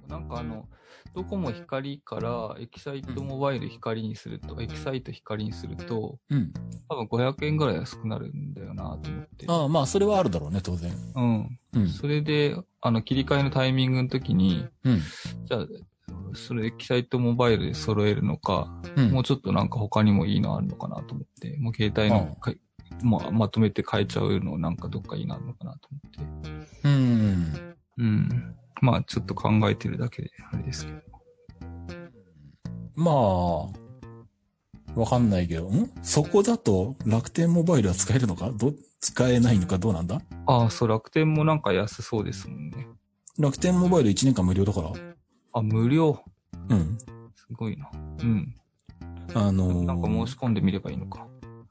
なんかドコモ光からエキサイトモバイル光にすると、エキサイト光にすると、 うん。 多分500円ぐらい安くなるんだよなと思って。 ああ、まあ、それはあるだろうね、当然。 うん。 うん。 それで、切り替えのタイミングの時に、 うん。 じゃあ、それエキサイトモバイルで揃えるのか、 うん。 もうちょっとなんか他にもいいのあるのかなと思って、もう携帯のまとめて変えちゃうのなんかどっかいいのあるのかなと思って。 うん。 うん。まあちょっと考えてるだけであれですけど。 まあ、わかんないけど、そこだと楽天モバイルは使えるのか使えないのかどうなんだ？ ああ、そう、楽天もなんか安そうですもんね。 楽天モバイル1年間無料だから。 あ、無料。 うん。 すごいな。うん。 なんか申し込んでみればいいのか。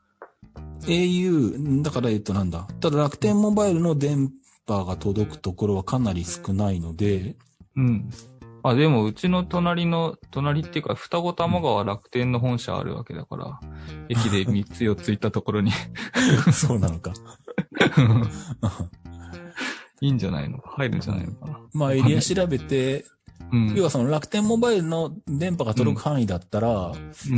au、だからなんだ。ただ楽天モバイルの電波が届くところはかなり少ないので。 うん。あ、でもうちの隣っていうか、双子玉川楽天の本社あるわけだから、駅で3つ4つ行ったところに。 そうなのか。 いいんじゃないの？入るんじゃないのかな。 まあエリア調べて、 うん、 要はその楽天モバイルの電波が届く範囲だったら、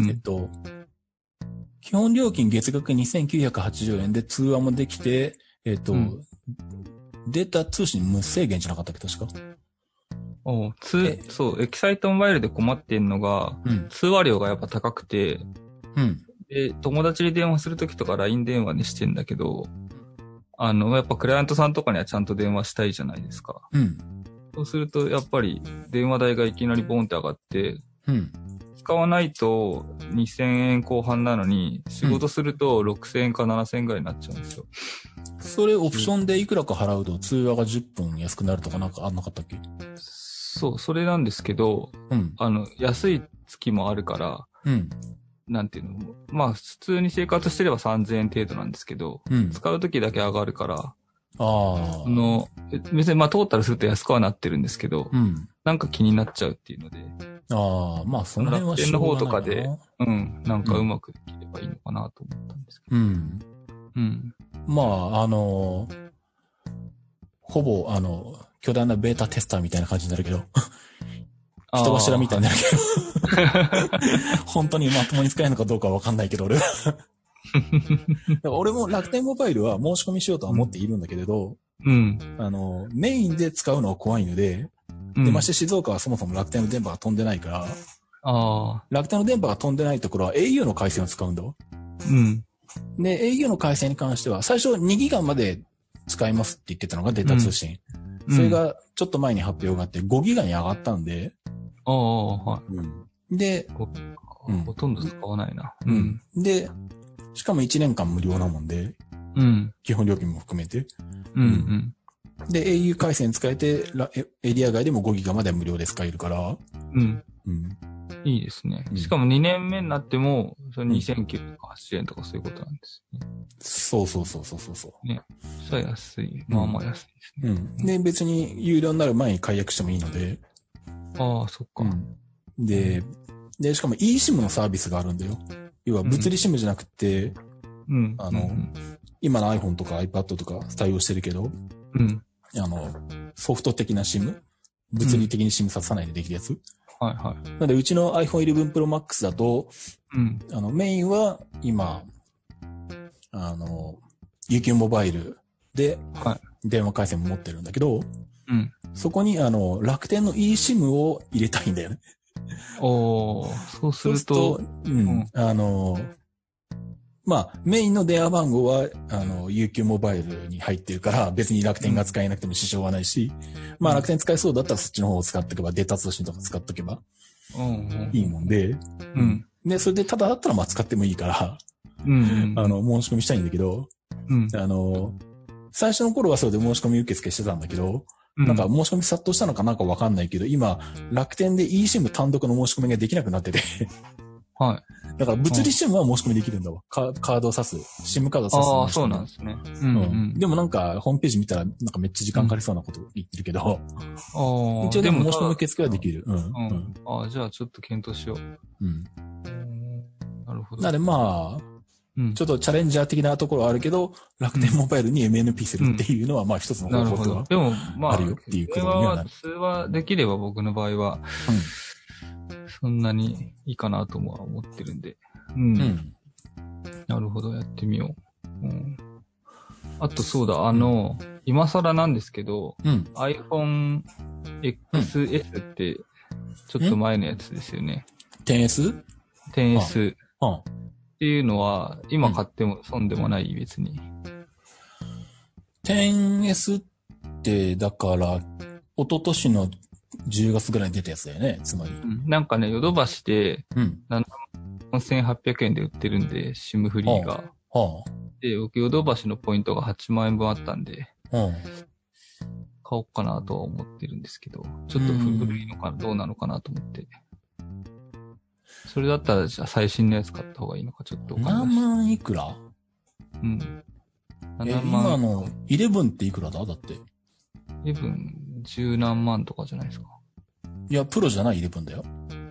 基本料金月額2980円で通話もできて、データ通信無制限じゃなかったっけ、確か。 そう、エキサイトモバイルで困ってんのが、通話料がやっぱ高くて、で、友達に電話するときとか LINE 電話にしてんだけど、やっぱクライアントさんとかにはちゃんと電話したいじゃないですか。そうすると、やっぱり電話代がいきなりボンって上がって、使わないと2000円後半なのに、仕事すると6000円か7000円ぐらいになっちゃうんですよ。 それオプションでいくらか払うと通話が10分安くなるとかなんかあんなかったっけ？ そう、それなんですけど、安い月もあるから、なんていうの、まあ普通に生活してれば3000円程度なんですけど、使う時だけ上がるから、別にまあトータルすると安くはなってるんですけど、なんか気になっちゃうっていうので、 まあその辺は楽天の方とかで、なんかうまくできればいいのかなと思ったんですけど。 まあほぼ巨大なベータテスターみたいな感じになるけど、人柱みたいになるけど、本当にまともに使えるのかどうかはわかんないけど、俺は。俺も楽天モバイルは申し込みしようとは思っているんだけれど、メインで使うのは怖いので、で、まして静岡はそもそも楽天の電波が飛んでないから、楽天の電波が飛んでないところは au の回線を使うんだわ。で、au の回線に関しては、最初2ギガまで使いますって言ってたのがデータ通信。それがちょっと前に発表があって5ギガに上がったんで、で、 ほとんど使わないな。 で、しかも1年間無料なもんで、基本料金も含めて。で、au 回線使えて、エリア外でも5ギガまで無料で使えるから。 いいですね。しかも2年目になっても、2980円とかそういうことなんですね。 そう。 ね。それは安い。まあまあ安いですね。で、別に有料になる前に解約してもいいので。 ああ、そっか。 で、しかも eSIM のサービスがあるんだよ。要は物理 SIM じゃなくて、今の iPhone とか iPad とか対応してるけど、ソフト的な SIM？物理的に SIM ささないでできるやつ？なので、うちの iPhone 11 Pro Max だと、メインは今、UQ モバイルで、電話回線も持ってるんだけど、そこに楽天の eSIM を入れたいんだよね。 そうすると、 まあ、メインの電話番号は、UQ モバイルに入ってるから、別に楽天が使えなくても支障はないし、まあ楽天使えそうだったらそっちの方を使っておけば、データ通信とか使っておけば、いいもんで、で、それでただだったらまあ使ってもいいから、申し込みしたいんだけど、最初の頃はそれで申し込み受付してたんだけど、なんか申し込み殺到したのかなんかわかんないけど、今、楽天で eSIM 単独の申し込みができなくなってて。だから物理 SIM は申し込みできるんだわ。カードを挿す。SIM カードを挿す。 そうなんですね。 でもなんか、ホームページ見たら、なんかめっちゃ時間かかりそうなこと言ってるけど。一応でも申し込み受付はできる。 じゃあちょっと検討しよう。なるほど。 なのでまあ、 ちょっとチャレンジャー的なところはあるけど、楽天モバイルに MNP するっていうのは、まあ一つの方法では。 でも、まあ、 あるよっていうことにはなる。 通話できれば僕の場合は、そんなにいいかなとは思ってるんで。なるほど、やってみよう。あとそうだ、今更なんですけど、iPhone XS って、ちょっと前のやつですよね。 10S？ 10S。っていうのは、今買っても損でもない、別に。 10S って、だから、一昨年の10月ぐらいに出たやつだよね、つまり。 なんかね、ヨドバシで、7,800円で売ってるんで、SIM フリーが。で、僕、ヨドバシのポイントが8万円分あったんで、買おうかなとは思ってるんですけど、ちょっと古いのかな、どうなのかなと思って。それだったら、じゃあ最新のやつ買った方がいいのか、ちょっと何万いくら 7万。 今の11っていくらだだって。 11、10何万とかじゃないですか。 いや、プロじゃない11だよ。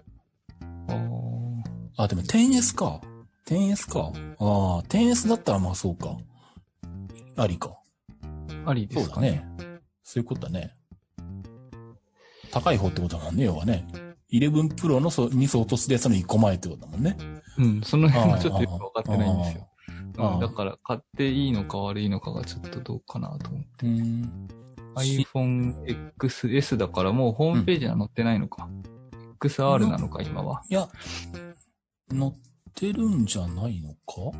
でも 10S か。10S か。10S だったらまあそうか。ありか。 ありですかね。 そうだね。そういうことだね。高い方ってことだもんね、要はね。11プロのに相当するやつの1個前ってことだもんね。 その辺もちょっとよくわかってないんですよ。だから買っていいのか悪いのかがちょっとどうかなと思って。iPhone XS だからもうホームページには載ってないのか。XR なのか、今は。 いや、載ってるんじゃないのか？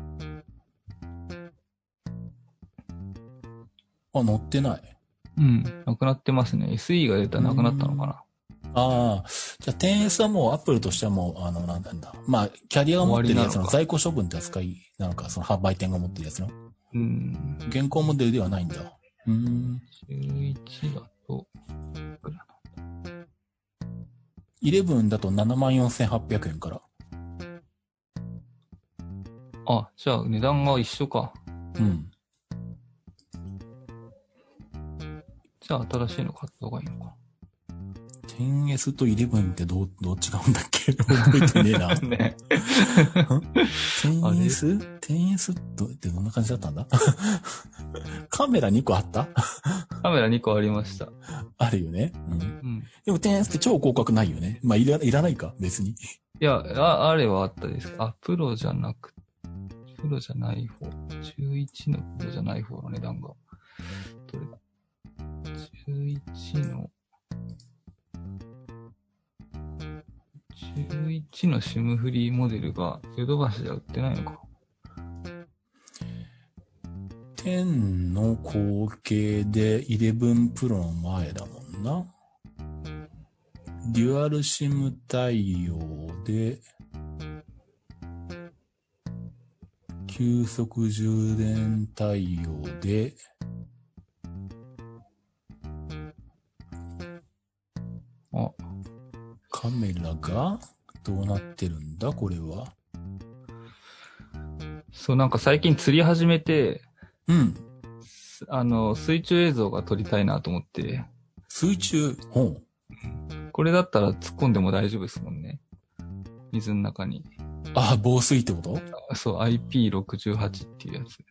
載ってない。 なくなってますね。SE が出たらなくなったのかな。 じゃあ 10S はもう Apple としてはもう、なんだ。まあ、キャリアが持ってるやつの在庫処分って扱いなのか、その販売店が持ってるやつの。現行モデルではないんだ。 11だと、いくらなんだ。11だと74,800円から。 じゃあ値段が一緒か。じゃあ新しいの買った方がいいのか。 10S と11ってどう違うんだっけ覚えてねえな。 ね。 10S ってどんな感じだったんだカメラ2個あったカメラ2個ありました。 あるよね。でも 10S って超広角ないよね。まあ、いらないか、別に。いや、あれはあったです。プロじゃない方。11のプロじゃない方の値段が。どれだ ?11 のSIM フリーモデルがヨドバシでは売ってないのか。 10の後継で11プロの前だもんな。デュアルSIM対応で、急速充電対応で、カメラがどうなってるんだこれは。 そう、なんか最近釣り始めて、水中映像が撮りたいなと思って。 水中？ これだったら突っ込んでも大丈夫ですもんね。水の中に。 防水ってこと？ そう、IP68 っていうやつ。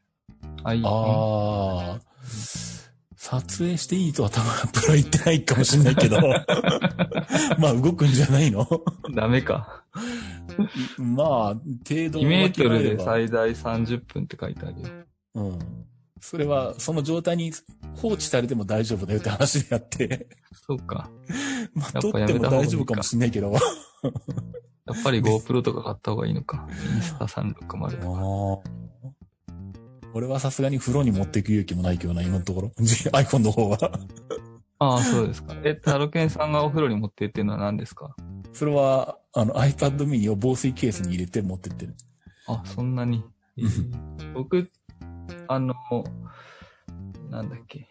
撮影していいとは多分プロ言ってないかもしれないけど。まあ動くんじゃないの？ ダメか。 まあ、程度 2メートルで最大30分って書いてあるよ。 それは、その状態に放置されても大丈夫だよって話であって。 そうか。 まあ、撮っても大丈夫かもしれないけど。 やっぱり GoPro とか買った方がいいのか。インスタ360とか。 俺はさすがに風呂に持っていく勇気もないけどな、今のところ。iPhone の方は。 そうですか。タロケンさんがお風呂に持って行ってるのは何ですか？ それは、iPad mini を防水ケースに入れて持ってってる。 そんなに。僕、なんだっけ。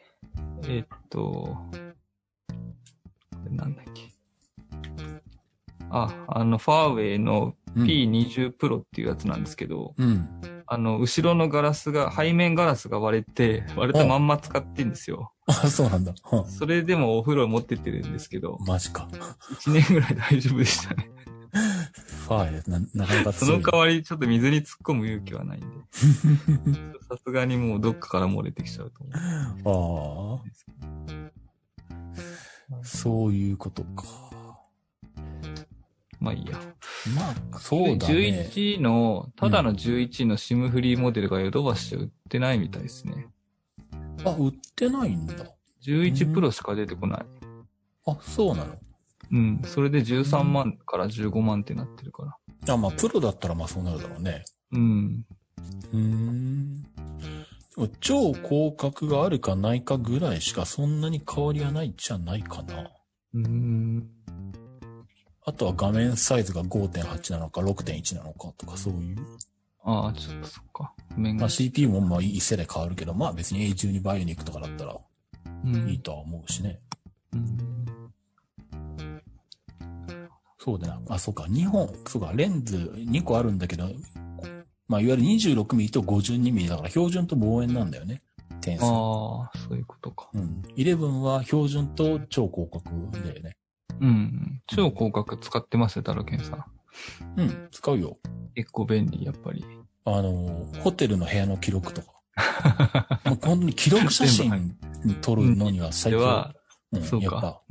なんだっけ。ファーウェイの P20 Pro っていうやつなんですけど、後ろのガラスが、背面ガラスが割れたまんま使ってんですよ。 そうなんだ。 それでもお風呂持ってってるんですけど。 マジか。 1年ぐらい大丈夫でしたね。 ファーやなかなか強い。その代わりちょっと水に突っ込む勇気はないんで。さすがにもうどっかから漏れてきちゃうと思う。 ああ。そういうことか。 まあいいや。 まあ、そうだね。 11の、ただの11のシムフリーモデルがヨドバシで売ってないみたいですね。 あ、売ってないんだ。 11プロしか出てこない。 あ、そうなの？ うん。それで13万から15万ってなってるから。 あ、まあ、プロだったらまあそうなるだろうね。 うん。 超広角があるかないかぐらいしかそんなに変わりはないじゃないかな。あとは画面サイズが 5.8 なのか 6.1 なのかとかそういう。 ああ、ちょっとそっか。 まあ CPU もまあ一世代変わるけど、まあ別に A12 バイオニックとかだったらいいとは思うしね。そうだな。あ、そうか。そうか。レンズ2個あるんだけど、まあいわゆる 26mm と 52mm だから標準と望遠なんだよね。点数。 ああ、そういうことか。 11は標準と超広角だよね。 超広角使ってますよ、タロケンさん。 使うよ。 結構便利、やっぱり。 ホテルの部屋の記録とか。もう本当に記録写真撮るのには最強。 そうか。 やっぱ、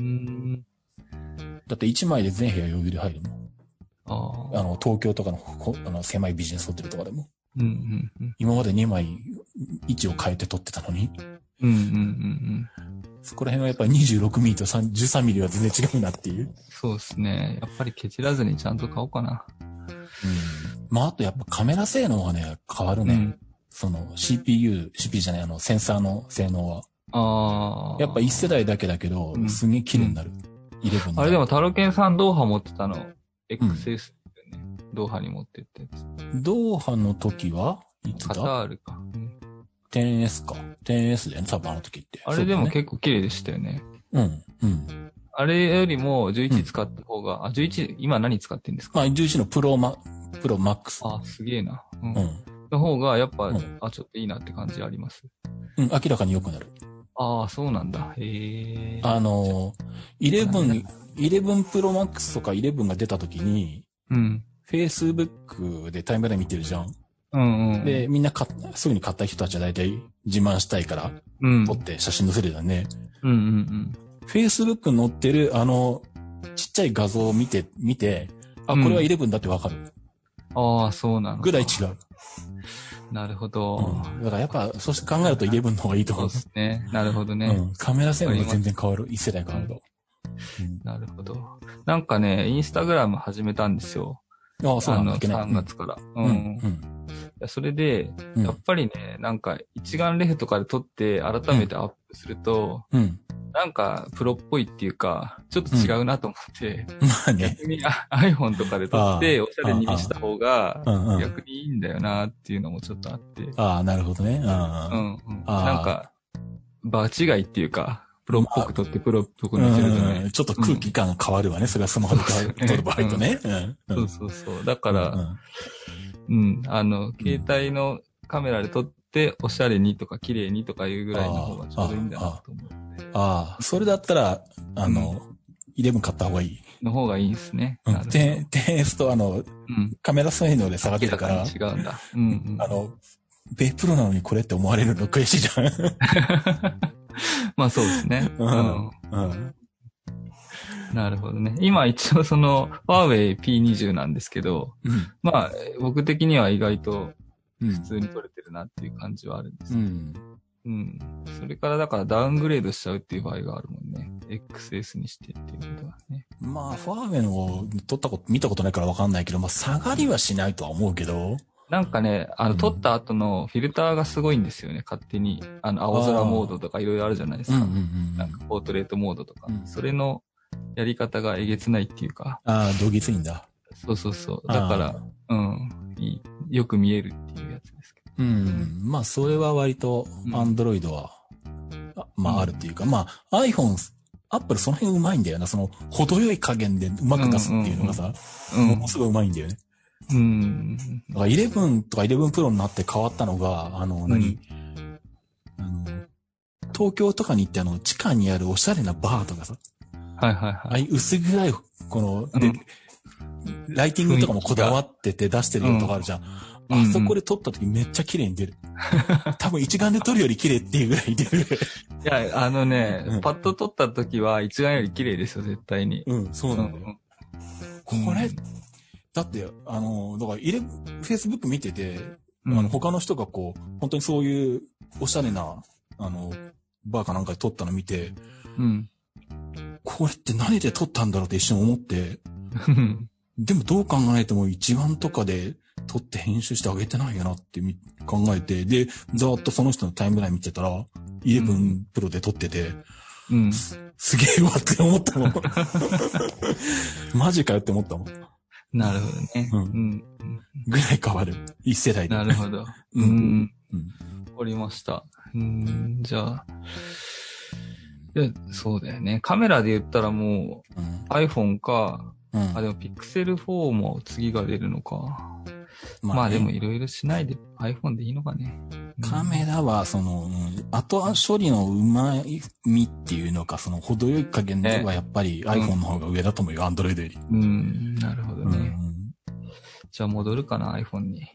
だって1枚で全部屋余裕で入るもん。東京とかの狭いビジネスホテルとかでも。今まで2枚位置を変えて撮ってたのに。そこら辺はやっぱり 26mm と 13mm は全然違うなっていう。 そうですね。やっぱりケチらずにちゃんと買おうかな。 まああとやっぱカメラ性能がね、変わるね。その CPU じゃない、センサーの性能は。やっぱ1世代だけだけど、すげえ綺麗になる。11 あれでもタロケンさんドーハ持ってたの、XS だよね。ドーハに持ってってやつ。 ドーハの時はいつだ？ カタールか。 10S か。10S だよね、多分あの時って。 あれでも結構綺麗でしたよね。あれよりも11使った方が、11、今何使ってんですか？ まあ11のプロマックス。 あ、すげえな。の方がやっぱ、ちょっといいなって感じあります。 明らかに良くなる。 ああ、そうなんだ。へえ。 11プロマックスとか11が出た時に、Facebook でタイムライン見てるじゃん。で、みんなすぐに買った人たちは大体自慢したいから、撮って写真載せるじゃんね。Facebook に載ってるちっちゃい画像を見て、あ、これは11だってわかる。 ああ、そうなの。 ぐらい違う。 なるほど。 だからやっぱ、そうして考えると11の方がいいと思う。 そうですね。なるほどね。 カメラ性能が全然変わる。1世代変わると。 なるほど。なんかね、インスタグラム始めたんですよ。 ああ、そうなんだ。 3月から。それで、やっぱりね、なんか一眼レフとかで撮って改めてアップすると、なんかプロっぽいっていうか、ちょっと違うなと思って、 まあね。 逆に iPhone とかで撮っておしゃれに見した方が逆にいいんだよなっていうのもちょっとあって。 ああ、なるほどね。 なんか、場違いっていうか、プロっぽく撮ってプロっぽく見せるとね。 ちょっと空気感が変わるわね。それはスマホで撮る場合とね。 そう。だから、携帯のカメラで撮っておしゃれにとか綺麗にとかいうぐらいの方がちょうどいいんだなと思って。 ああ、それだったら、11買った方がいい。 の方がいいですね。 10S とカメラ性能で下がってるから。 違うんだ。 ベプロなのにこれって思われるの悔しいじゃん。 まあそうですね。なるほどね。今一応その、ファーウェイ P20 なんですけど、まあ僕的には意外と普通に撮れてるなっていう感じはあるんですけど。それからだからダウングレードしちゃうっていう場合があるもんね。XS にしてっていうことはね。 まあ、ファーウェイの見たことないからわかんないけど、まあ下がりはしないとは思うけど。 なんかね、撮った後のフィルターがすごいんですよね、勝手に。青空モードとかいろいろあるじゃないですか。なんかポートレートモードとか。それのやり方がえげつないっていうか。 ああ、どぎついんだ。 そう。だから、よく見えるっていうやつですけど。 まあ、それは割と、Android は、まあ、あるっていうか、まあ、iPhone、Apple その辺うまいんだよな。その、程よい加減でうまく出すっていうのがさ、ものすごいうまいんだよね。だから11とか11 Pro になって変わったのが、東京とかに行って地下にあるおしゃれなバーとかさ。ああいう薄暗い、 ライティングとかもこだわってて出してるのとかあるじゃん。あそこで撮った時めっちゃ綺麗に出る。多分一眼で撮るより綺麗っていうぐらい出る。 いや、パッと撮った時は一眼より綺麗ですよ、絶対に。 そうなんだよ。これ、だって、だから、Facebook 見てて、他の人がこう、本当にそういうおしゃれな、バーかなんかで撮ったの見て、これって何で撮ったんだろうって一瞬思って、でもどう考えても一眼とかで撮って編集してあげてないよなって考えて、で、ざーっとその人のタイムライン見てたら、11プロで撮ってて、すげえわって思ったもん。マジかよって思ったもん。 なるほどね。 ぐらい変わる。一世代で。 なるほど。わかりました。じゃあ、そうだよね。カメラで言ったらもう、iPhone か、でも Pixel 4も次が出るのか。まあでもいろいろしないで iPhone でいいのかね。 カメラは、後処理のうまみっていうのか、程よい加減ではやっぱり iPhone の方が上だと思うよ、Android より。 なるほどね。じゃあ戻るかな、iPhone に。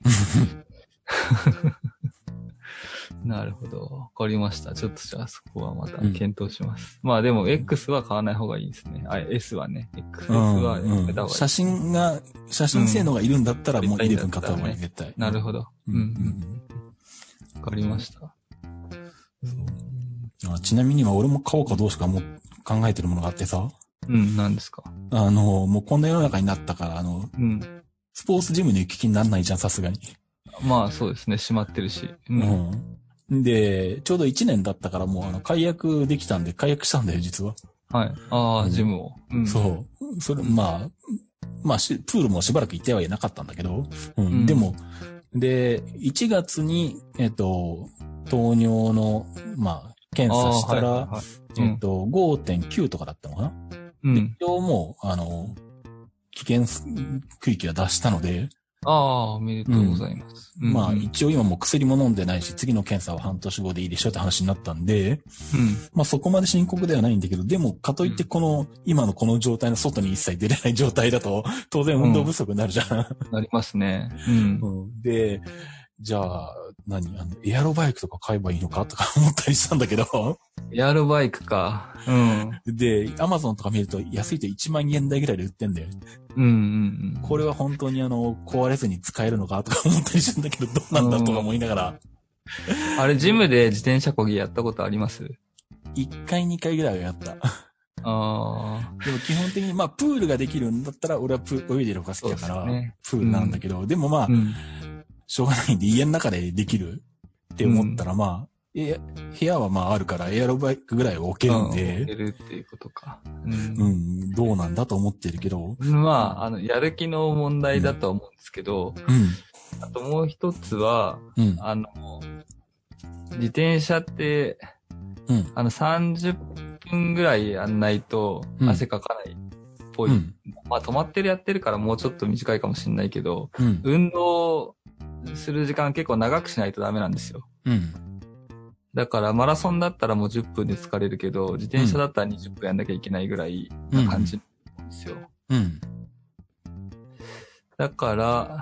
なるほど。わかりました。ちょっとじゃあそこはまた検討します。まあでも X は買わない方がいいですね。S はね。X はやめた方がいい。 写真性能がいるんだったらもう11買った方がいい、絶対。 なるほど。わかりました。 ちなみには俺も買おうかどうしかも考えてるものがあってさ。 何ですか？ もうこんな世の中になったから、スポーツジムに行く気にならないじゃん、さすがに。 まあそうですね、閉まってるし。 で、ちょうど1年だったからもう解約できたんで、解約したんだよ、実は。 はい。ジムを。 そう。それ、プールもしばらく行ってはいなかったんだけど、でも、で、1月に、糖尿の、検査したら、5.9 とかだったのかな。一応もう、危険区域は出したので、 おめでとうございます。 一応今もう薬も飲んでないし、次の検査は半年後でいいでしょって話になったんで、そこまで深刻ではないんだけど、でも、かといって今のこの状態の外に一切出れない状態だと、当然運動不足になるじゃん。 なりますね。 で、じゃあ、エアロバイクとか買えばいいのかとか思ったりしたんだけど。 エアロバイクか。 で、アマゾンとか見ると安いと1万円台ぐらいで売ってんだよ。これは本当に壊れずに使えるのかとか思ったりしたんだけど、どうなんだとか思いながら。 あれ、ジムで自転車漕ぎやったことあります？ 1 回2回ぐらいはやった。でも基本的に、プールができるんだったら、俺は泳いでる方が好きだから、プールなんだけど、でもしょうがないんで家の中でできるって思ったら、部屋はあるからエアロバイクぐらいは置けるんで。 置けるっていうことか。 どうなんだと思ってるけど。 やる気の問題だと思うんですけど、あともう一つは、自転車って、30分ぐらいやんないと汗かかないっぽい。止まってるやってるからもうちょっと短いかもしれないけど、運動する時間結構長くしないとダメなんですよ。だからマラソンだったらもう10分で疲れるけど、自転車だったら20分やんなきゃいけないぐらいな感じなんですよ。だから、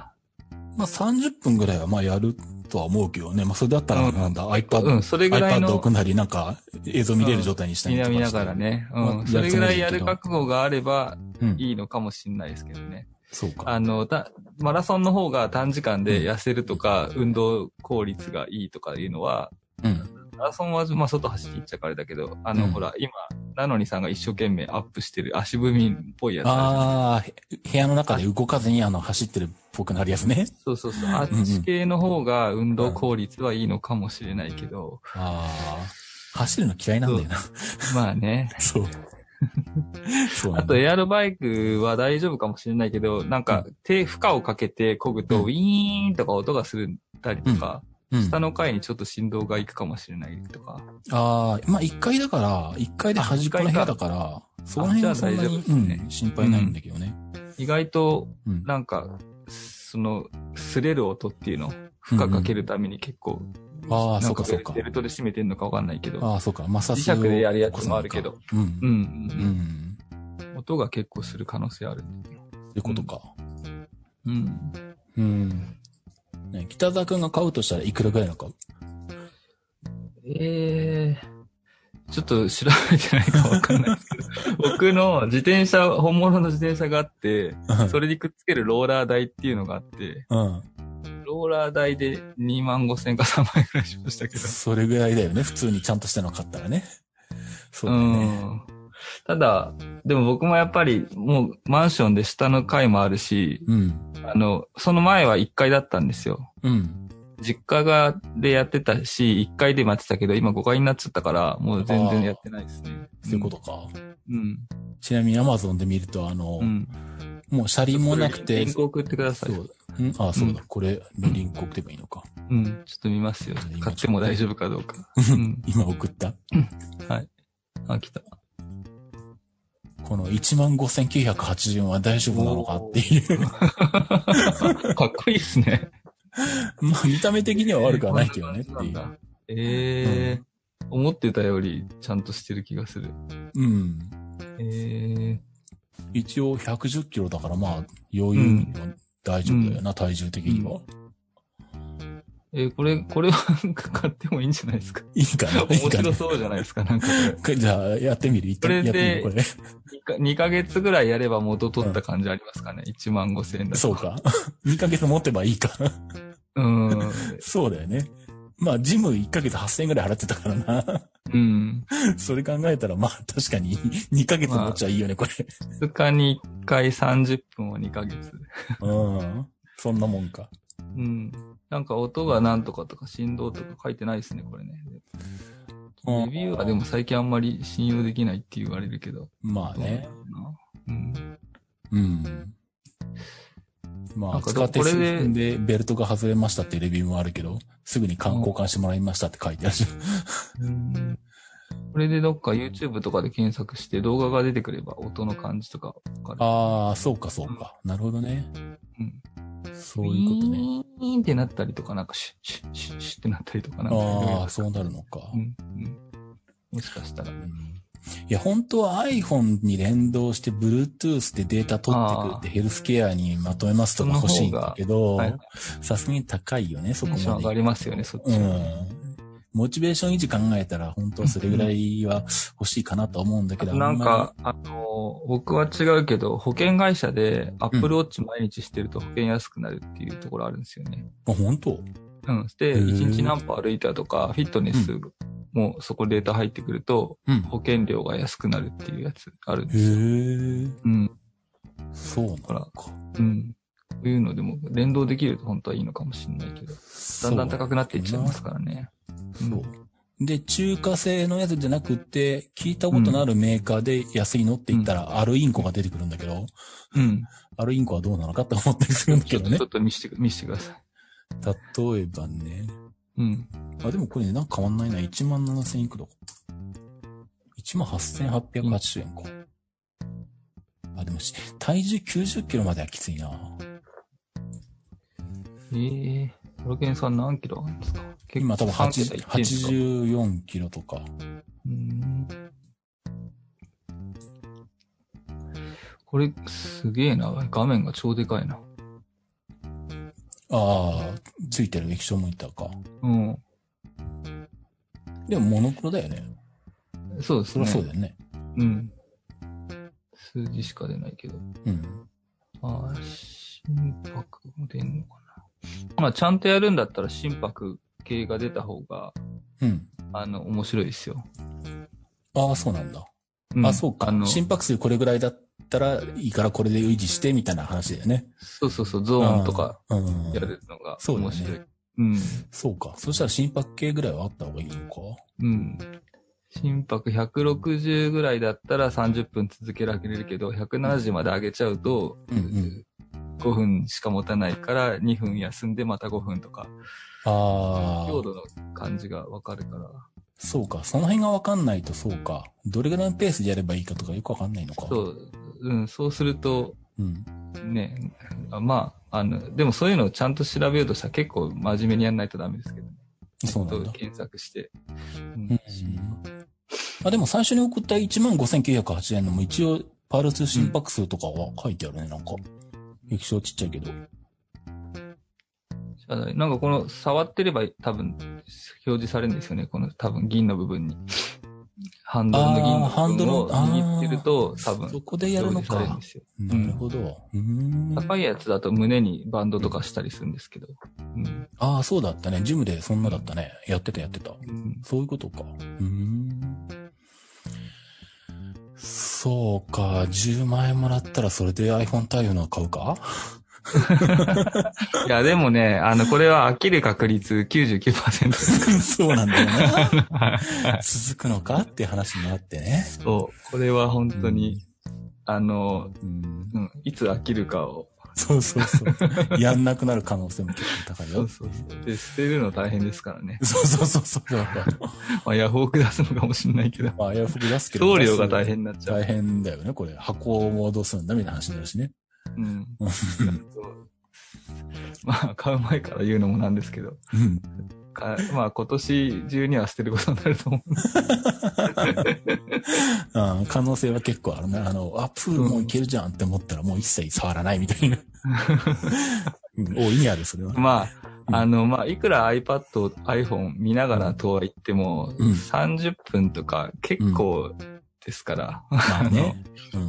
30分ぐらいはやるとは思うけどね。それだったらiPad、 それぐらいの iPad 置くなり映像見れる状態にしたりとかして。 見ながらね。それぐらいやる覚悟があればいいのかもしれないですけどね。 そうか。 マラソンの方が短時間で痩せるとか、運動効率がいいとかいうのは、マラソンは外走っていっちゃうからだけど、ほら、今、なのにさんが一生懸命アップしてる足踏みっぽいやつあるじゃん。部屋の中で動かずに走ってるっぽくなるやつね。 そう。あっち系の方が運動効率はいいのかもしれないけど。 走るの嫌いなんだよな。 ね。 そう。 あとエアロバイクは大丈夫かもしれないけど、負荷をかけて漕ぐと、ウィーンとか音がするたりとか、下の階にちょっと振動がいくかもしれないとか。 1階だから、1階で端っこの部屋だから、その辺はそんなに、心配ないんだけどね。 意外と、擦れる音っていうの、負荷かけるために結構、 そうか。 ベルトで締めてんのかわかんないけど。 そうか。 磁石でやるやつもあるけど。音が結構する可能性ある。 ってことか。 うん。 うん。ね、北沢くんが買うとしたらいくらぐらいの買う？ ちょっと調べてないかわかんないですけど、僕の自転車、本物の自転車があって、それにくっつけるローラー台っていうのがあって、うん、ローラー台で25,000か3万円くらいしましたけど。 それぐらいだよね。普通にちゃんとしたの買ったらね。そうだよね。 ただ、でも僕もやっぱりもうマンションで下の階もあるし、うん、その前は1階だったんですよ。うん。実家でやってたし、1階でもやってたけど、今5階になっちゃったから、もう全然やってないですね。 そういうことか。うん。ちなみに Amazon で見ると、うん、もう車輪もなくて。 リンク送ってください。 そう。そうだ。これ、リンク送ってもいいのか。 うん。ちょっと見ますよ。買っても大丈夫かどうか。 今送った。 はい。あ、来た。 この15,980円は大丈夫なのかっていう。 かっこいいっすね。 まあ見た目的には悪くはないけどねっていう。 思ってたよりちゃんとしてる気がする。うん。 一応110キロだからまあ余裕には大丈夫だよな、体重的には。 これは買ってもいいんじゃないですか。 いいかな。 面白そうじゃないですか、なんかこれ。じゃあ、やってみる。 これで、2ヶ月ぐらいやれば元取った感じありますかね。15,000円だと。 そうか。2ヶ月持てばいいか。そうだよね。まあ、ジム1ヶ月8,000円ぐらい払ってたからな。うん。それ考えたら、まあ、確かに2ヶ月持っちゃいいよね、これ。 2日に1回30分を2ヶ月。 うん。そんなもんか。 うん。なんか音がなんとかとか振動とか書いてないですね、これね。レビューはでも最近あんまり信用できないって言われるけど。 まあね。うん。うん。まあ、使ってすぐでベルトが外れましたってレビューもあるけど、すぐに交換してもらいましたって書いてあるし。 これでどっか YouTube とかで検索して動画が出てくれば音の感じとかわかる。 ああ、そうかそうか。なるほどね。うん。そういうことね。 ウィーンってなったりとか、なんかシュッシュッシュッシュッってなったりとかなんか。 ああ、そうなるのか。うん。 もしかしたら。 いや、本当は iPhone に連動して Bluetooth でデータ取ってくれてヘルスケアにまとめますとか欲しいんだけど、さすがに高いよね、そこまで。 上がりますよね、そっち。うん。 モチベーション維持考えたら本当はそれぐらいは欲しいかなと思うんだけど。 なんか、僕は違うけど、保険会社で Apple Watch 毎日してると保険安くなるっていうところあるんですよね。 あ、本当？ うん。で、1日何歩歩いたとか、フィットネスもそこデータ入ってくると、保険料が安くなるっていうやつあるんですよ。うん。 そうなのか。 うん。こういうのでも連動できると本当はいいのかもしれないけど、だんだん高くなっていっちゃいますからね。 そう。で、中華製のやつじゃなくて、聞いたことのあるメーカーで安いのって言ったら、アルインコが出てくるんだけど、うん。アルインコはどうなのかって思ったりするんだけどね。 ちょっと見せてください。 例えばね。うん。あ、でもこれ値段変わんないな。17,000いくら。18,880円か。あ、でも体重90キロまではきついな。 ホロケンさん何キロあるんですか？ 今多分84キロとか。 これすげえな。画面が超でかいな。 ああ、ついてる液晶モニターか。うん。でもモノクロだよね。 そうですね。 そりゃそうだよね。 うん。数字しか出ないけど。うん。ああ、心拍も出んのかな。まあ、ちゃんとやるんだったら心拍系が出た方が、うん。面白いですよ。 ああ、そうなんだ。うん、あ、そうか。心拍数これぐらいだったらいいからこれで維持してみたいな話だよね。 そうそうそう、ゾーンとかやるのが面白い。 うん。そうか。そしたら心拍計ぐらいはあった方がいいのか。 うん。心拍160ぐらいだったら30分続けられるけど、170まで上げちゃうと、5分しか持たないから2分休んでまた5分とか。ああ。強度の感じがわかるから。 そうか。その辺がわかんないとそうか。どれぐらいのペースでやればいいかとかよくわかんないのか。 そう。うん。そうすると、うん、ね、まあ、でもそういうのをちゃんと調べようとしたら結構真面目にやんないとダメですけどね。 そうなんだ。 検索して。 あ、でも最初に送った 15,980円のも一応、パルス心拍数とかは書いてあるね、なんか。液晶ちっちゃいけど。 なんかこの触ってれば多分表示されるんですよね。この多分銀の部分に。ハンドルの銀の部分を握ってると多分そこでやるのか。 表示されるんですよ。 なるほど。 高いやつだと胸にバンドとかしたりするんですけど。 ああ、そうだったね。ジムでそんなだったね。やってた。そういうことか。そうか。10万円もらったらそれで iPhone 対応の買うかいや、でもね、これは飽きる確率 99% そうなんだよね。続くのかっていう話もあってね。 そう。これは本当に、いつ飽きるかを。 そう。やんなくなる可能性も結構高いよ。 そう。で、捨てるの大変ですからね。 そう。 まあ、ヤフオク出すのかもしれないけど。 まあ、ヤフオク出すけど。 送料が大変になっちゃう。 大変だよね、これ。箱をどうするんだみたいな話になるしね。 まあ、買う前から言うのもなんですけど。まあ、今年中には捨てることになると思う。可能性は結構あるね。プールもいけるじゃんって思ったらもう一切触らないみたいな。大いにある、それは。 まあ、いくら iPad、iPhone 見ながらとは言っても、30分とか結構ですから。 まあね。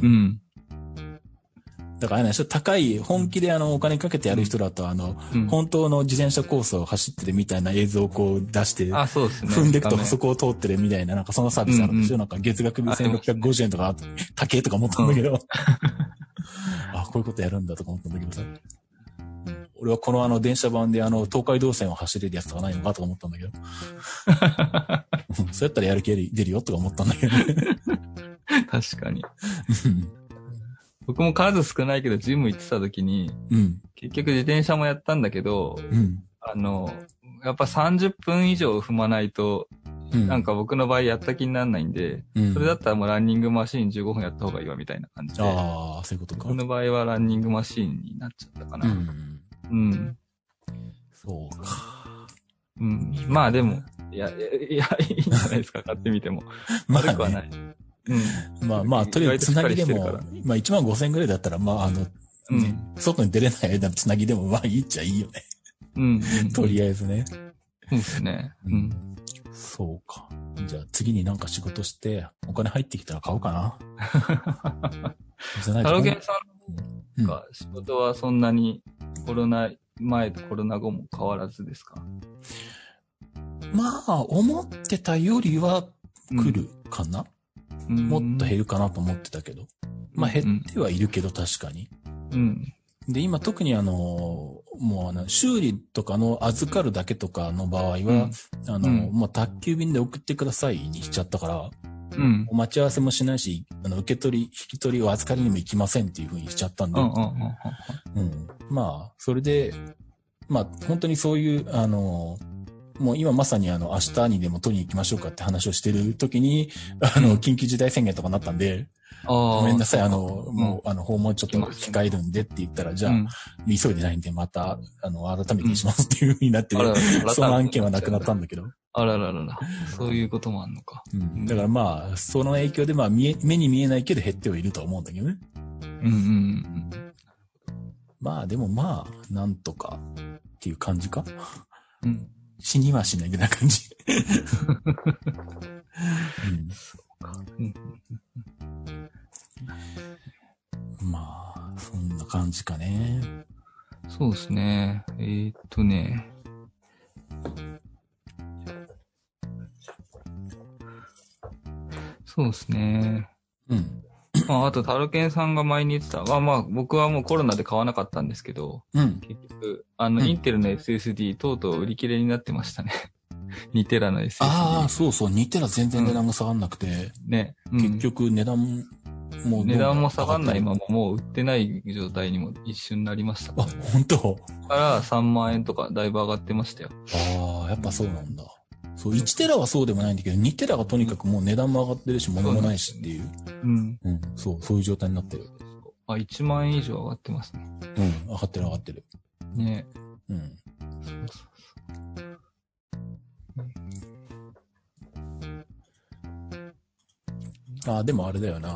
だからね、高い、本気でお金かけてやる人だと、本当の自転車コースを走ってるみたいな映像をこう出して、 そうですね。 踏んでいくとそこを通ってるみたいな、なんかそのサービスあるんでしょ、なんか月額1650円とか、高えとか思ったんだけど。こういうことやるんだとか思ったんだけどさ。俺はこの電車版で東海道線を走れるやつとかないのかとか思ったんだけど。そうやったらやる気出るよとか思ったんだけどね。 確かに。僕も数少ないけど、ジム行ってた時に、結局自転車もやったんだけど、やっぱ30分以上踏まないと、なんか僕の場合やった気にならないんで、それだったらもうランニングマシーン15分やった方がいいわみたいな感じで。 そういうことか。 僕の場合はランニングマシーンになっちゃったかな。 そうか。 まあでも、いいんじゃないですか、買ってみても。悪くはない。 まあ、とりあえずつなぎでも、まあ15000円ぐらいだったら、まあ外に出れない間のつなぎでもまあいいっちゃいいよね。とりあえずね。 そうですね。 そうか。じゃあ次になんか仕事して、お金入ってきたら買おうかな。 タロゲンさんが仕事はそんなにコロナ前とコロナ後も変わらずですか？ まあ、思ってたよりは来るかな。もっと減るかなと思ってたけど。まあ減ってはいるけど確かに。で、今特にもう修理とかの預かるだけとかの場合は、もう宅急便で送ってくださいにしちゃったから、待ち合わせもしないし、受け取り、引き取りお預かりにも行きませんっていう風にしちゃったんで。まあ、それで、まあ、本当にそういう、もう今まさに明日にでも取りに行きましょうかって話をしてる時に、緊急事態宣言とかなったんで、ごめんなさい、もう、訪問ちょっと控えるんでって言ったら、じゃあ、急いでないんで、また、改めてしますっていう風になって、その案件はなくなったんだけど。 あらららら。そういうこともあんのか。 だからまあ、その影響でまあ、目に見えないけど減ってはいるとは思うんだけどね。まあ、でもまあ、なんとかっていう感じか。死にはしないみたいな感じ。そうか。まあ、そんな感じかね。 そうですね。そうですね。まあ、あと、タロケンさんが前に言ってた。まあ、僕はもうコロナで買わなかったんですけど、結局、インテルの SSD、とうとう売り切れになってましたね。2テラの SSD。 ああ、そうそう、2テラ全然値段が下がんなくて、 ね。 結局値段も下がんないままもう売ってない状態にも一瞬なりました、 ね。本当？ から3万円とかだいぶ上がってましたよ。 やっぱそうなんだ。そう、1テラはそうでもないんだけど、2テラがとにかくもう値段も上がってるし、物もないしっていう。そういう状態になってる。 1万円以上上がってますね。 上がってる。 ね。 でもあれだよな、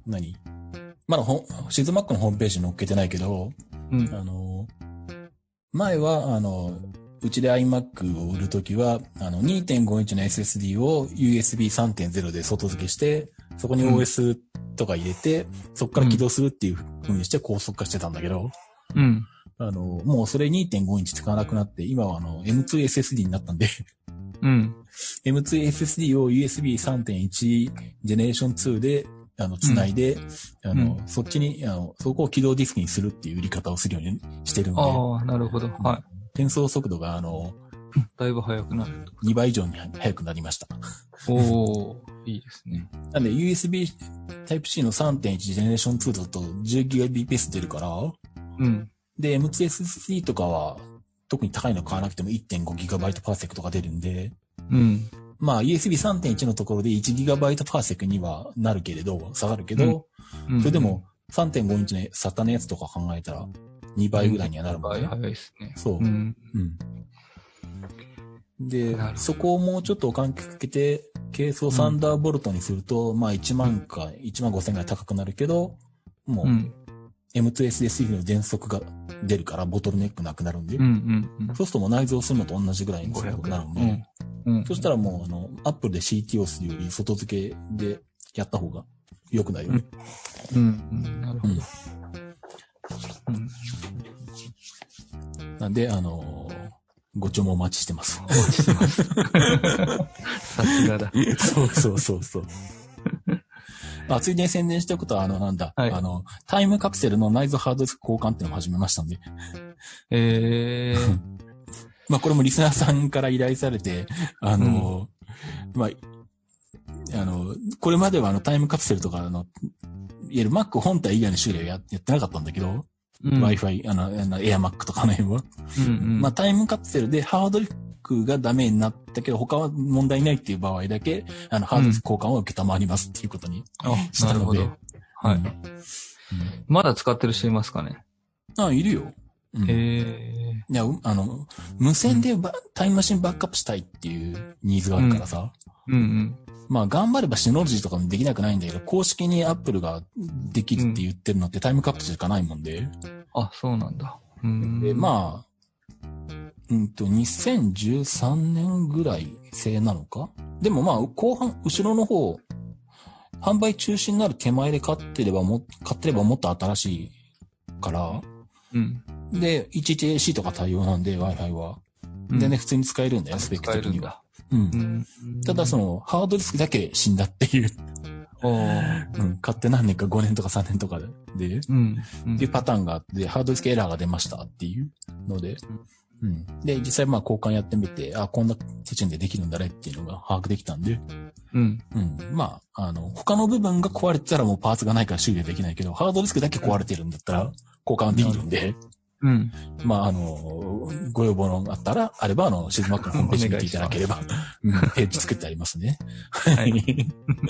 まだシズマックのホームページに載っけてないけど、 前は、うちで iMac を売るときは、2.5 インチの SSD を USB 3.0 で外付けして、そこに OS とか入れて、そこから起動するっていう風にして高速化してたんだけど、 うん。 もうそれ 2.5 インチ使わなくなって、今はM2 SSD になったんで、 うん。 M2 SSD を USB 3.1 ジェネレーション2で、繋いで、そっちに、そこを起動ディスクにするっていう売り方をするようにしてるんで。 ああ、なるほど。はい。 転送速度が、 だいぶ速くなる。 2倍以上に速くなりました。 おー、いいですね。 なんで USB Type-C の 3.1 ジェネレーション2だと 10GB 出るから、 うん。 で、M2 SSD とかは、特に高いの買わなくても 1.5GB パーセクとか出るんで、 うん。 まあ USB 3.1 のところで 1GB パーセクにはなるけれど、下がるけど、それでも 3.5 インチの SATA のやつとか考えたら2倍ぐらいにはなるもんね。 早いですね。 そう。うん。で、そこをもうちょっとお金かけて、ケースをサンダーボルトにすると、まあ1万か1万5千ぐらい高くなるけど、もう、M2 SSD の電速が出るからボトルネックなくなるんで、そうするともう内蔵するのと同じぐらいの速度になるんで、そしたらもうApple で CT をするより外付けでやった方が良くないよね。 なるほど。 なんで、ご注文お待ちしてます。 お待ちしてます。さすがだ。 そう。ついでに宣伝しておくと、なんだ、はい、タイムカプセルの内蔵ハードディスク交換っていうのを始めましたんで。まあ、これもリスナーさんから依頼されて、まあ、これまではタイムカプセルとかいわゆる Mac 本体以外の修理はやってなかったんだけど、Wi-Fi、AirMac とかの辺は。まあ、タイムカプセルでハードディスクがダメになったけど、他は問題ないっていう場合だけ、ハードディスク交換を受けたまわりますっていうことにしたので。 はい。まだ使ってる人いますかね？ いるよ。いや、無線でタイムマシンバックアップしたいっていうニーズがあるからさ。まあ、頑張ればシノロジーとかもできなくないんだけど、公式に Apple ができるって言ってるのってタイムカプセルしかないもんで。 あ、そうなんだ。 で、まあ、2013年ぐらい製なのか？でもまあ、後半、後ろの方、販売中止になる手前で買ってればもっと新しいから、で、11AC とか対応なんで、Wi-Fi は。でね、普通に使えるんだよ、スペック的には。ただハードディスクだけ死んだっていう。買って何年か5年とか3年とかで。っていうパターンがあって、ハードディスクエラーが出ましたっていうので。で、実際まあ交換やってみて、こんな手順でできるんだねっていうのが把握できたんで。まあ、他の部分が壊れてたらもうパーツがないから修理はできないけど、ハードディスクだけ壊れてるんだったら交換できるんで。まあ、ご要望のあれば、シズマックのホームページ見ていただければ、ページ作ってありますね。はい。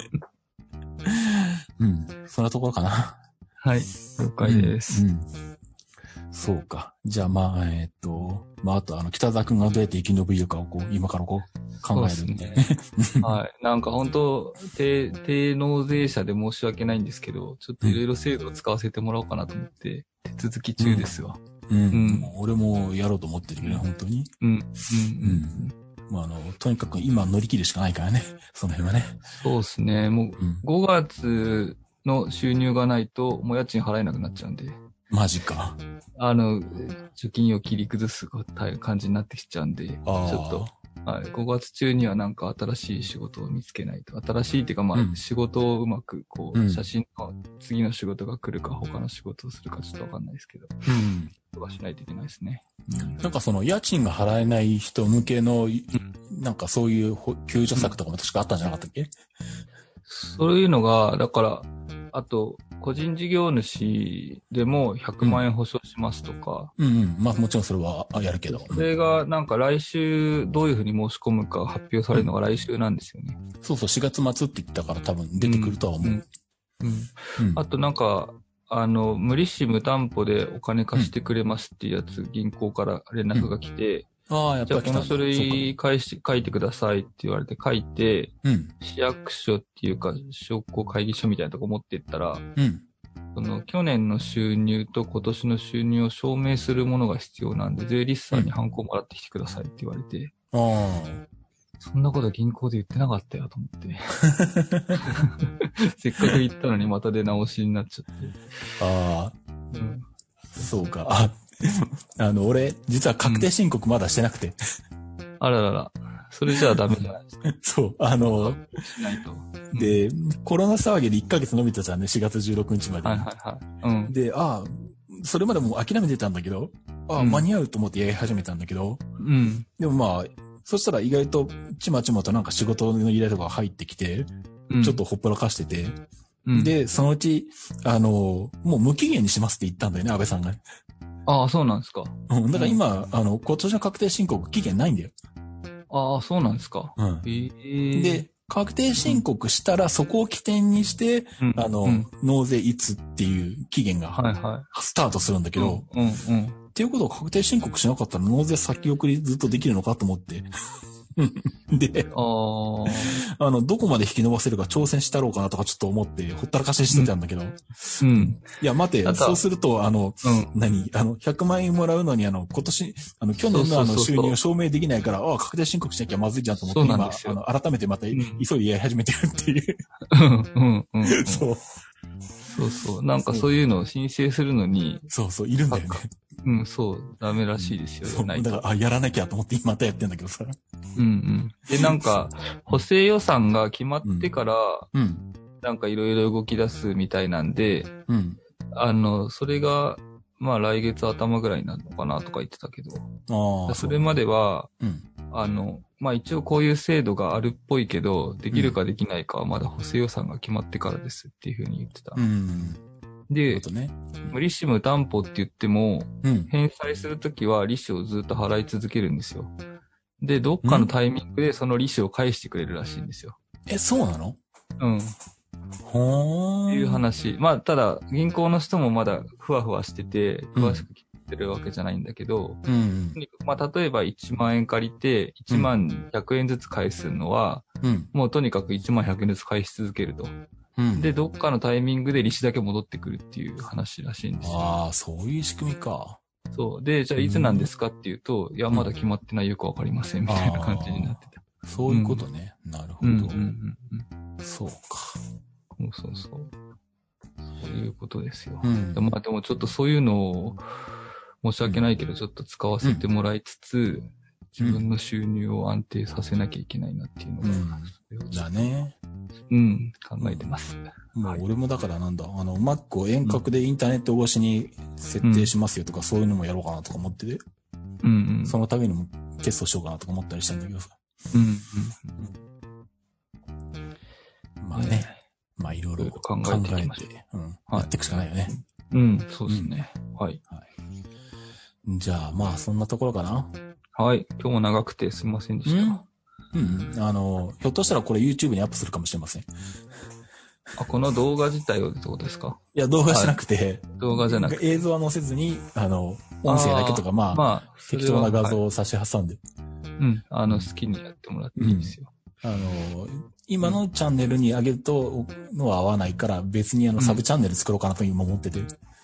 そんなところかな。 はい。了解です。 そうか。じゃあ、まあ、あと、北澤くんがどうやって生き延びるかを今から考えるんで。 はい。なんか本当、低納税者で申し訳ないんですけど、ちょっといろいろ制度を使わせてもらおうかなと思って、手続き中ですわ。 俺もやろうと思ってるけど、本当に。まあ、とにかく今乗り切るしかないからね。その辺はね。 そうですね。もう、5月の収入がないと、もう家賃払えなくなっちゃうんで。 マジか。 貯金を切り崩す感じになってきちゃうんで、ちょっと、はい、5月中にはなんか新しい仕事を見つけないと。新しいっていうかまあ、仕事をうまく、写真の次の仕事が来るか、他の仕事をするかちょっとわかんないですけど。とかしないといけないですね。 なんか家賃が払えない人向けの、なんかそういう救助策とかも確かあったんじゃなかったっけ？ そういうのが、だから、あと、個人事業主でも100万円保証しますとか。 まあもちろんそれはやるけど。 それがなんか来週どういうふうに申し込むか発表されるのが来週なんですよね。 そうそう、4月末って言ったから多分出てくるとは思う。 あとなんか、無利子無担保でお金貸してくれますっていうやつ、銀行から連絡が来て、 やっぱりじゃあこの書類書いてくださいって言われて書いて、市役所っていうか、商工会議所みたいなとこ持ってったら、 その去年の収入と今年の収入を証明するものが必要なんで、税理士さんにハンコもらってきてくださいって言われて。そんなこと銀行で言ってなかったよと思って。せっかく言ったのにまた出直しになっちゃって。 そうか。俺、実は確定申告まだしてなくて。 あららら。それじゃあダメじゃないですか。 そう、しないと。で、コロナ騒ぎで1ヶ月伸びたじゃんね、4月16日まで。はいはいはい。で、それまでもう諦めてたんだけど、間に合うと思ってやり始めたんだけど、でもまあ、そしたら意外とちまちまとなんか仕事の依頼とか入ってきて、ちょっとほっぽらかしてて、で、そのうち、もう無期限にしますって言ったんだよね、安倍さんが。 ああ、そうなんですか。 だから今、今年の確定申告期限ないんだよ。 ああ、そうなんですか。 で、確定申告したらそこを起点にして、納税いつっていう期限がスタートするんだけど、っていうことを確定申告しなかったら納税先送りずっとできるのかと思って。で、どこまで引き伸ばせるか挑戦したろうかなとかちょっと思ってほったらかししてたんだけど。いや、待て、そうすると、100万円もらうのに去年の収入を証明できないから、確定申告しなきゃまずいじゃんと思って、今、改めてまた急いでやり始めてるっていう。そう。 そうそう。なんかそういうのを申請するのに。 そうそう、いるんだよね。 そう。ダメらしいですよ。 そう。だから、やらなきゃと思ってまたやってんだけどさ。 で、なんか、補正予算が決まってから、なんかいろいろ動き出すみたいなんで、それが、まあ来月頭ぐらいになるのかなとか言ってたけど、それまでは、まあ一応こういう制度があるっぽいけど、できるかできないかはまだ補正予算が決まってからですっていうふうに言ってた。で、無利子無担保って言っても、返済するときは利子をずっと払い続けるんですよ。で、どっかのタイミングでその利子を返してくれるらしいんですよ。 そうなの？ っていう話。まあ、ただ、銀行の人もまだふわふわしてて、詳しく聞いてるわけじゃないんだけど、まあ、例えば1万円借りて、1万100円ずつ返すのは、もうとにかく1万100円ずつ返し続けると。で、どっかのタイミングで利子だけ戻ってくるっていう話らしいんですよ。 そういう仕組みか。 そう。で、じゃあいつなんですかっていうと、いや、まだ決まってない、よくわかりません、みたいな感じになってた。 そういうことね。なるほど。そうか。 そう。そういうことですよ。まあでもちょっとそういうのを、申し訳ないけど、ちょっと使わせてもらいつつ、自分の収入を安定させなきゃいけないなっていうのが、 だね。 考えてます。 もう俺もだからなんだ、Mac を遠隔でインターネット越しに設定しますよとか、そういうのもやろうかなとか思ってて、そのためにもテストしようかなとか思ったりしたんだけどさ。まあね。まあいろいろ考えて、やっていくしかないよね。 そうですね。はい。 じゃあまあそんなところかな。 はい。今日も長くてすみませんでした。 ひょっとしたらこれ YouTube にアップするかもしれません。 この動画自体をってことですか？ いや、動画じゃなくて、 動画じゃなくて。 映像は載せずに、音声だけとか、まあ適当な画像を差し挟んで。 好きにやってもらっていいですよ。 今のチャンネルに上げるとのは合わないから別にサブチャンネル作ろうかなと今思ってて。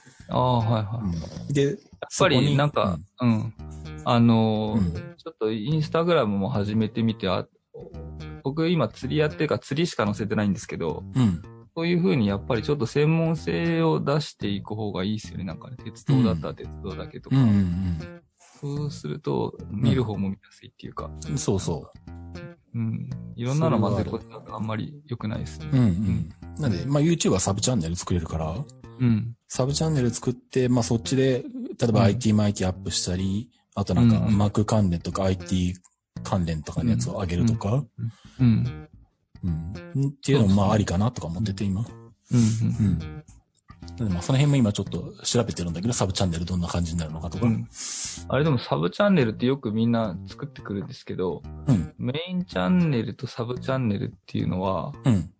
で、 やっぱりなんか、ちょっとインスタグラムも始めてみて、僕今釣りやってるから釣りしか載せてないんですけど、そういう風にやっぱりちょっと専門性を出していく方がいいですよね。なんかね、鉄道だったら鉄道だけとか。そうすると、見る方も見やすいっていうか。 そうそう。 いろんなの混ぜこぜだとあんまり良くないですね。 なんで、まあ YouTube はサブチャンネル作れるから、サブチャンネル作って、まあそっちで、例えば IT マイティアップしたり、あとなんか Mac 関連とか IT 関連とかのやつを上げるとか、っていうのもまあありかなとか思ってて今。まあその辺も今ちょっと調べてるんだけど、サブチャンネルどんな感じになるのかとか。 あれでもサブチャンネルってよくみんな作ってくるんですけど、メインチャンネルとサブチャンネルっていうのは、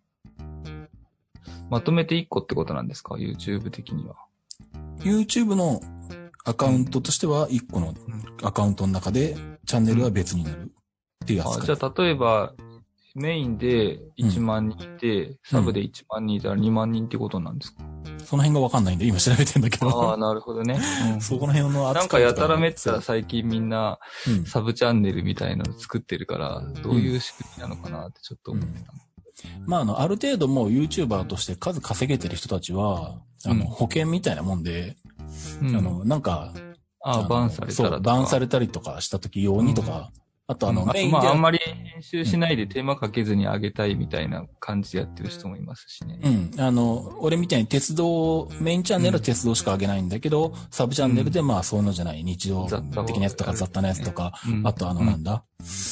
まとめて1個ってことなんですか？ YouTube 的には。 YouTube のアカウントとしては1個のアカウントの中でチャンネルは別になるっていうやつか。 じゃあ例えば、メインで1万人いて、サブで1万人いたら2万人ってことなんですか？ その辺がわかんないんで今調べてんだけど。 ああ、なるほどね。 うん、そこの辺の扱いなんかやたらめったら最近みんな、サブチャンネルみたいなの作ってるから、どういう仕組みなのかなってちょっと思ってた。 まあ、ある程度もう YouTuber として数稼げてる人たちは、保険みたいなもんで、なんか、 バンされたらとか。そう、 バンされたりとかした時用にとか、あとメインで。 あんまり編集しないでテーマかけずに上げたいみたいな感じでやってる人もいますしね。 俺みたいに鉄道、メインチャンネルは鉄道しか上げないんだけど、サブチャンネルでまあそういうのじゃない日常的なやつとか雑多なやつとか、あとなんだ、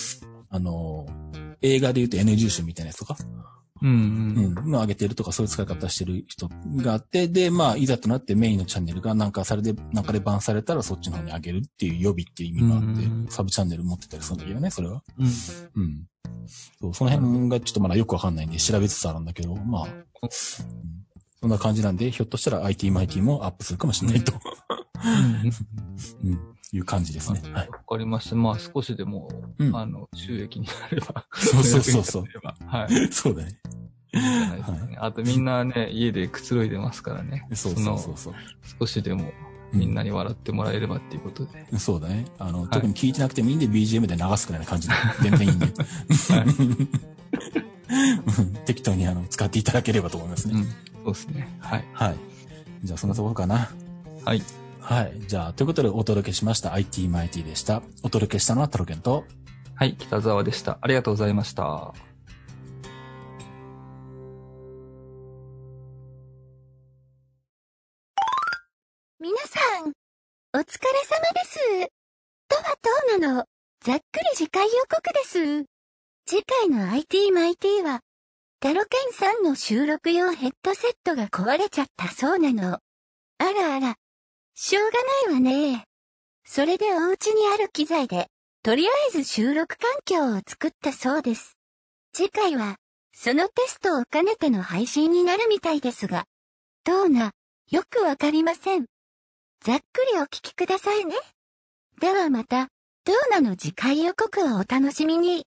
映画で言うと NG 集みたいなやつとか。上げてるとかそういう使い方してる人があって、で、まあ、いざとなってメインのチャンネルがなんかでバンされたらそっちの方に上げるっていう予備っていう意味があって、サブチャンネル持ってたりするんだけどね、それは。そう、その辺がちょっとまだよくわかんないんで調べつつあるんだけど、まあ、そんな感じなんで、ひょっとしたら IT マイティもアップするかもしれないと。いう感じですね。はい。 わかりました。まあ少しでも、収益になれば。 そう。 はい。 そうだね。 あとみんなね、家でくつろいでますからね。 そう。 少しでもみんなに笑ってもらえればっていうことで。 そうだね。特に聞いてなくてもいいんで BGM で流すくらいな感じで。全然いいんで。適当に使っていただければと思いますね。 そうですね。はい。 はい。じゃあそんなところかな。 はい。 はい。じゃあ、ということでお届けしました IT マイティでした。お届けしたのはタロケンと。 はい、北沢でした。ありがとうございました。 皆さん、お疲れ様です。とはどうなの？ざっくり次回予告です。次回の IT マイティは、タロケンさんの収録用ヘッドセットが壊れちゃったそうなの。あらあら。しょうがないわね。それでお家にある機材で、とりあえず収録環境を作ったそうです。次回は、そのテストを兼ねての配信になるみたいですが、どうな、よくわかりません。ざっくりお聞きくださいね。ではまた、どうなの次回予告をお楽しみに。